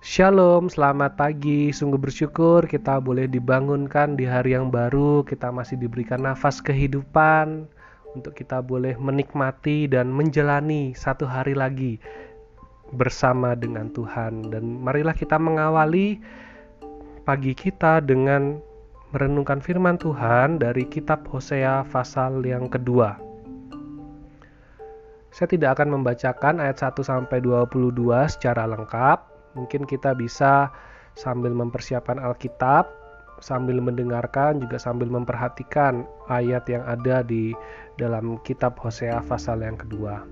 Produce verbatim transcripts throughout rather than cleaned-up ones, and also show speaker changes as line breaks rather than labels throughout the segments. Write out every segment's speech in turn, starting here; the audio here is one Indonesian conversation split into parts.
Shalom, selamat pagi. Sungguh bersyukur kita boleh dibangunkan di hari yang baru. Kita masih diberikan nafas kehidupan untuk kita boleh menikmati dan menjalani satu hari lagi bersama dengan Tuhan. Dan marilah kita mengawali pagi kita dengan merenungkan firman Tuhan dari kitab Hosea pasal yang kedua. Saya tidak akan membacakan ayat satu sampai dua puluh dua secara lengkap. Mungkin kita bisa sambil mempersiapkan Alkitab, sambil mendengarkan, juga sambil memperhatikan ayat yang ada di dalam kitab Hosea pasal yang kedua.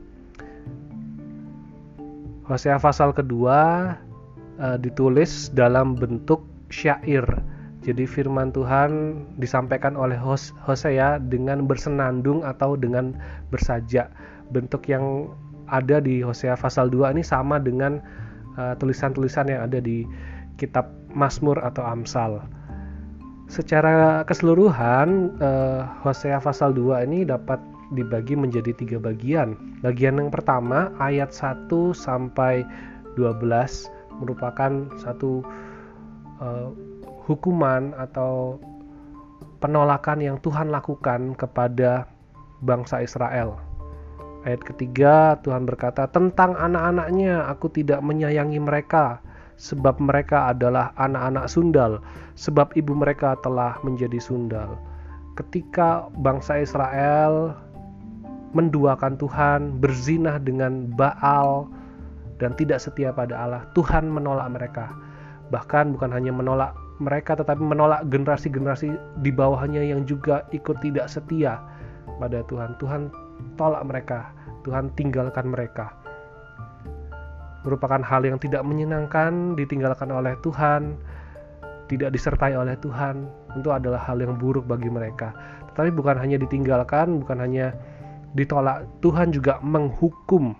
Hosea pasal kedua uh, ditulis dalam bentuk syair. Jadi firman Tuhan disampaikan oleh Hosea dengan bersenandung atau dengan bersajak. Bentuk yang ada di Hosea pasal dua ini sama dengan Uh, tulisan-tulisan yang ada di kitab Mazmur atau Amsal. Secara keseluruhan uh, Hosea pasal dua ini dapat dibagi menjadi tiga bagian. Bagian yang pertama ayat satu sampai dua belas merupakan satu uh, hukuman atau penolakan yang Tuhan lakukan kepada bangsa Israel. Ayat ketiga, Tuhan berkata, tentang anak-anaknya aku tidak menyayangi mereka, sebab mereka adalah anak-anak sundal, sebab ibu mereka telah menjadi sundal. Ketika bangsa Israel menduakan Tuhan, berzinah dengan Baal, dan tidak setia pada Allah, Tuhan menolak mereka. Bahkan bukan hanya menolak mereka, tetapi menolak generasi-generasi di bawahnya yang juga ikut tidak setia pada Tuhan. Tuhan tolak mereka, Tuhan tinggalkan mereka. Merupakan hal yang tidak menyenangkan, ditinggalkan oleh Tuhan, tidak disertai oleh Tuhan, tentu adalah hal yang buruk bagi mereka. Tetapi bukan hanya ditinggalkan, bukan hanya ditolak, Tuhan juga menghukum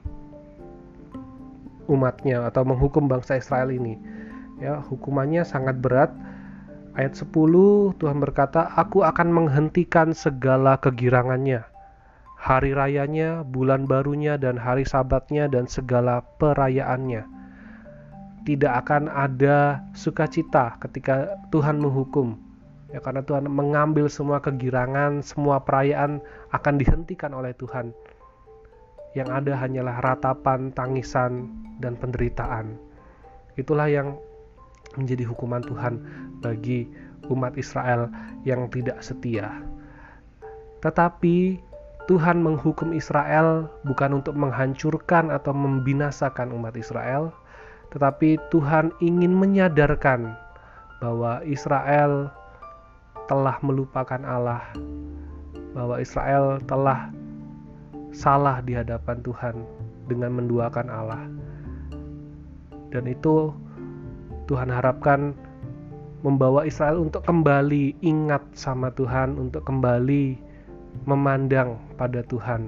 umatnya atau menghukum bangsa Israel ini. Ya, hukumannya sangat berat. Ayat sepuluh, Tuhan berkata, aku akan menghentikan segala kegirangannya, hari rayanya, bulan barunya, dan hari sabatnya, dan segala perayaannya. Tidak akan ada sukacita ketika Tuhan menghukum. Ya, karena Tuhan mengambil semua kegirangan, semua perayaan akan dihentikan oleh Tuhan. Yang ada hanyalah ratapan, tangisan, dan penderitaan. Itulah yang menjadi hukuman Tuhan bagi umat Israel yang tidak setia. Tetapi Tuhan menghukum Israel bukan untuk menghancurkan atau membinasakan umat Israel, tetapi Tuhan ingin menyadarkan bahwa Israel telah melupakan Allah, bahwa Israel telah salah di hadapan Tuhan dengan menduakan Allah. Dan itu Tuhan harapkan membawa Israel untuk kembali ingat sama Tuhan, untuk kembali memandang pada Tuhan.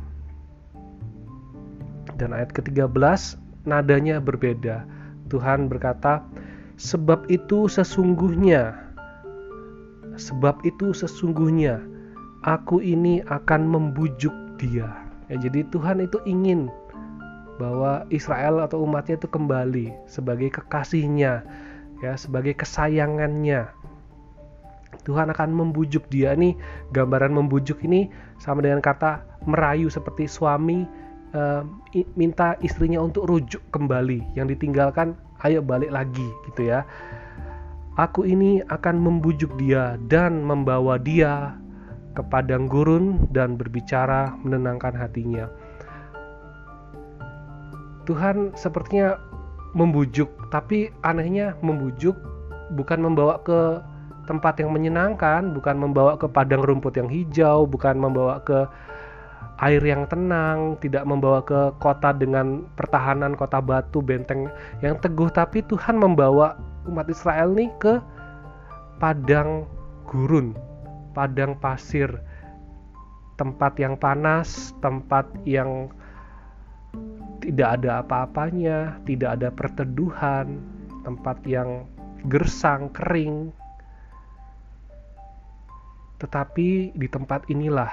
Dan ayat ke tiga belas nadanya berbeda. Tuhan berkata, sebab itu sesungguhnya sebab itu sesungguhnya aku ini akan membujuk dia. Ya, jadi Tuhan itu ingin bahwa Israel atau umatnya itu kembali sebagai kekasihnya, ya, sebagai kesayangannya. Tuhan akan membujuk dia. Nih, gambaran membujuk ini sama dengan kata merayu, seperti suami uh, minta istrinya untuk rujuk kembali, yang ditinggalkan ayo balik lagi gitu ya. Aku ini akan membujuk dia dan membawa dia ke padang gurun dan berbicara menenangkan hatinya. Tuhan sepertinya membujuk, tapi anehnya membujuk bukan membawa ke tempat yang menyenangkan, bukan membawa ke padang rumput yang hijau, bukan membawa ke air yang tenang, tidak membawa ke kota dengan pertahanan, kota batu, benteng yang teguh, tapi Tuhan membawa umat Israel nih ke padang gurun, padang pasir, tempat yang panas, tempat yang tidak ada apa-apanya, tidak ada perteduhan, tempat yang gersang, kering. Tetapi di tempat inilah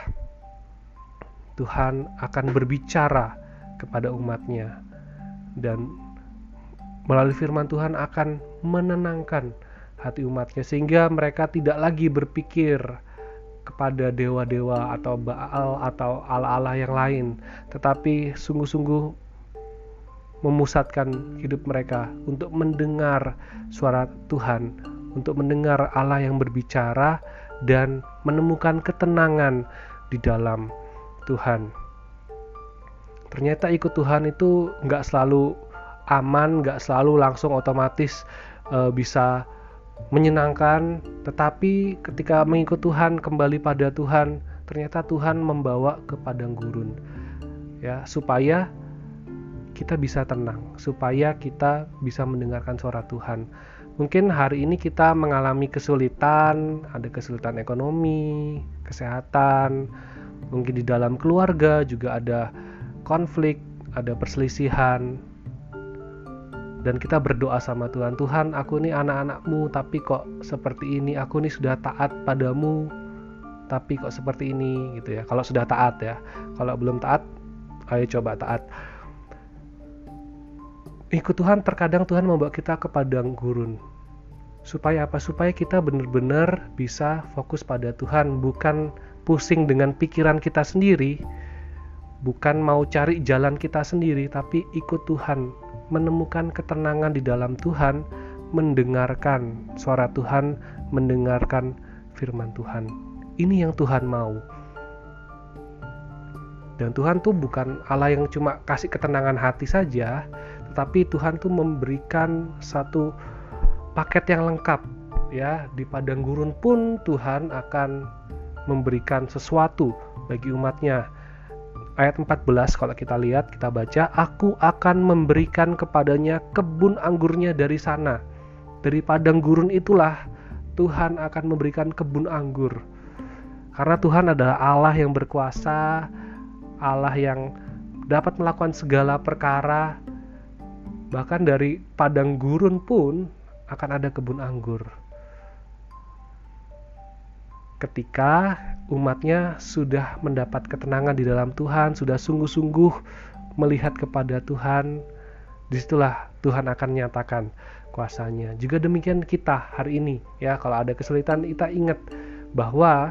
Tuhan akan berbicara kepada umatnya dan melalui firman Tuhan akan menenangkan hati umatnya, sehingga mereka tidak lagi berpikir kepada dewa-dewa atau Baal atau Allah-Allah yang lain, tetapi sungguh-sungguh memusatkan hidup mereka untuk mendengar suara Tuhan, untuk mendengar Allah yang berbicara dan menemukan ketenangan di dalam Tuhan. Ternyata ikut Tuhan itu nggak selalu aman, nggak selalu langsung otomatis e, bisa menyenangkan, tetapi ketika mengikut Tuhan, kembali pada Tuhan, ternyata Tuhan membawa ke padang gurun, ya, supaya kita bisa tenang, supaya kita bisa mendengarkan suara Tuhan. Mungkin hari ini kita mengalami kesulitan, ada kesulitan ekonomi, kesehatan, mungkin di dalam keluarga juga ada konflik, ada perselisihan. Dan kita berdoa sama Tuhan, Tuhan, aku ini anak-anakmu, tapi kok seperti ini, aku ini sudah taat padamu, tapi kok seperti ini, gitu ya. Kalau sudah taat ya, kalau belum taat, ayo coba taat. Ikut Tuhan, terkadang Tuhan membawa kita ke padang gurun. Supaya apa? Supaya kita benar-benar bisa fokus pada Tuhan, bukan pusing dengan pikiran kita sendiri, bukan mau cari jalan kita sendiri, tapi ikut Tuhan, menemukan ketenangan di dalam Tuhan, mendengarkan suara Tuhan, mendengarkan firman Tuhan. Ini yang Tuhan mau. Dan Tuhan tuh bukan Allah yang cuma kasih ketenangan hati saja, tetapi Tuhan tuh memberikan satu paket yang lengkap, ya. Di padang gurun pun Tuhan akan memberikan sesuatu bagi umatnya. Ayat empat belas kalau kita lihat, kita baca, aku akan memberikan kepadanya kebun anggurnya dari sana. Dari padang gurun itulah Tuhan akan memberikan kebun anggur. Karena Tuhan adalah Allah yang berkuasa, Allah yang dapat melakukan segala perkara. Bahkan dari padang gurun pun akan ada kebun anggur. Ketika umatnya sudah mendapat ketenangan di dalam Tuhan, sudah sungguh-sungguh melihat kepada Tuhan, disitulah Tuhan akan nyatakan kuasanya. Juga demikian kita hari ini, ya, kalau ada kesulitan, kita ingat bahwa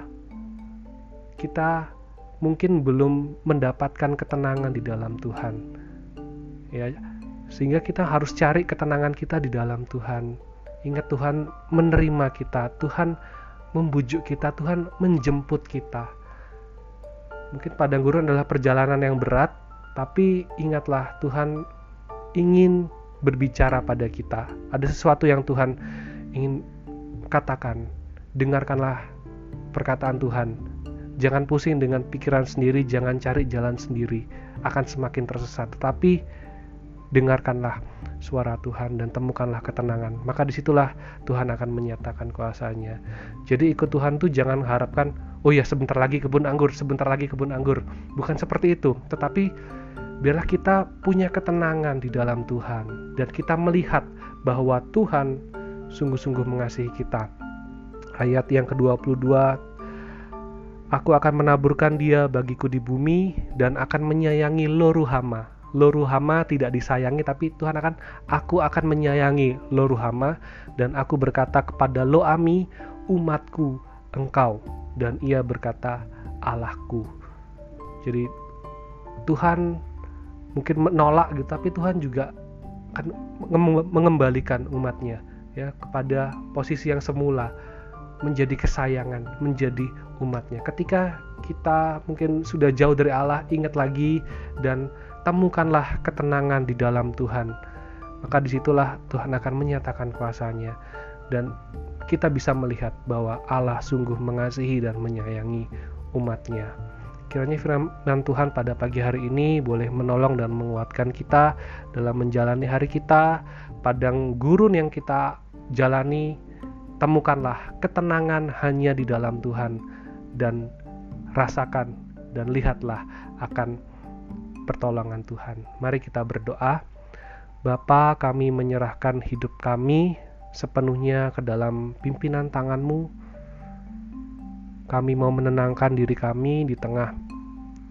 kita mungkin belum mendapatkan ketenangan di dalam Tuhan, ya, sehingga kita harus cari ketenangan kita di dalam Tuhan. Ingat, Tuhan menerima kita, Tuhan membujuk kita, Tuhan menjemput kita. Mungkin padang gurun adalah perjalanan yang berat, tapi ingatlah Tuhan ingin berbicara pada kita. Ada sesuatu yang Tuhan ingin katakan. Dengarkanlah perkataan Tuhan. Jangan pusing dengan pikiran sendiri, jangan cari jalan sendiri, akan semakin tersesat. Tetapi dengarkanlah suara Tuhan dan temukanlah ketenangan. Maka disitulah Tuhan akan menyatakan kuasanya. Jadi ikut Tuhan tuh jangan harapkan, oh ya sebentar lagi kebun anggur, sebentar lagi kebun anggur. Bukan seperti itu. Tetapi biarlah kita punya ketenangan di dalam Tuhan. Dan kita melihat bahwa Tuhan sungguh-sungguh mengasihi kita. Ayat yang kedua puluh dua, aku akan menaburkan dia bagiku di bumi dan akan menyayangi Lo-ruhama. Lo-ruhama tidak disayangi, tapi Tuhan akan, aku akan menyayangi Lo-ruhama, dan aku berkata kepada Lo-ami, umatku engkau, dan ia berkata Allahku. Jadi Tuhan mungkin menolak gitu, tapi Tuhan juga akan mengembalikan umatnya, ya, kepada posisi yang semula, menjadi kesayangan, menjadi umatnya. Ketika kita mungkin sudah jauh dari Allah, ingat lagi dan temukanlah ketenangan di dalam Tuhan. Maka disitulah Tuhan akan menyatakan kuasanya, dan kita bisa melihat bahwa Allah sungguh mengasihi dan menyayangi umatnya. Kiranya firman Tuhan pada pagi hari ini boleh menolong dan menguatkan kita dalam menjalani hari kita. Padang gurun yang kita jalani, temukanlah ketenangan hanya di dalam Tuhan, dan rasakan dan lihatlah akan pertolongan Tuhan. Mari kita berdoa. Bapa, kami menyerahkan hidup kami sepenuhnya ke dalam pimpinan tangan-Mu. Kami mau menenangkan diri kami di tengah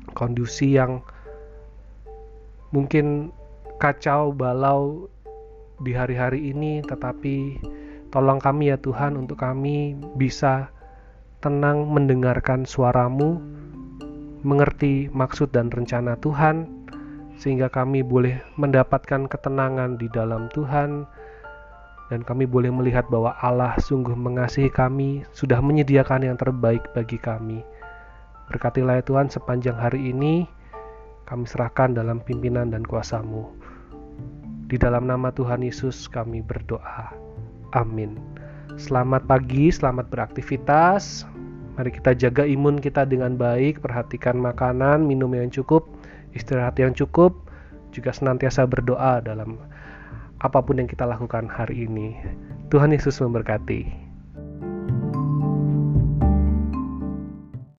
kondisi yang mungkin kacau balau, di hari-hari ini, tetapi tolong kami ya Tuhan untuk kami bisa tenang mendengarkan suara-Mu, mengerti maksud dan rencana Tuhan, sehingga kami boleh mendapatkan ketenangan di dalam Tuhan, dan kami boleh melihat bahwa Allah sungguh mengasihi kami, sudah menyediakan yang terbaik bagi kami. Berkatilah ya Tuhan sepanjang hari ini, kami serahkan dalam pimpinan dan kuasa-Mu. Di dalam nama Tuhan Yesus kami berdoa. Amin. Selamat pagi, selamat beraktivitas. Mari kita jaga imun kita dengan baik, perhatikan makanan, minum yang cukup, istirahat yang cukup, juga senantiasa berdoa dalam apapun yang kita lakukan hari ini. Tuhan Yesus memberkati.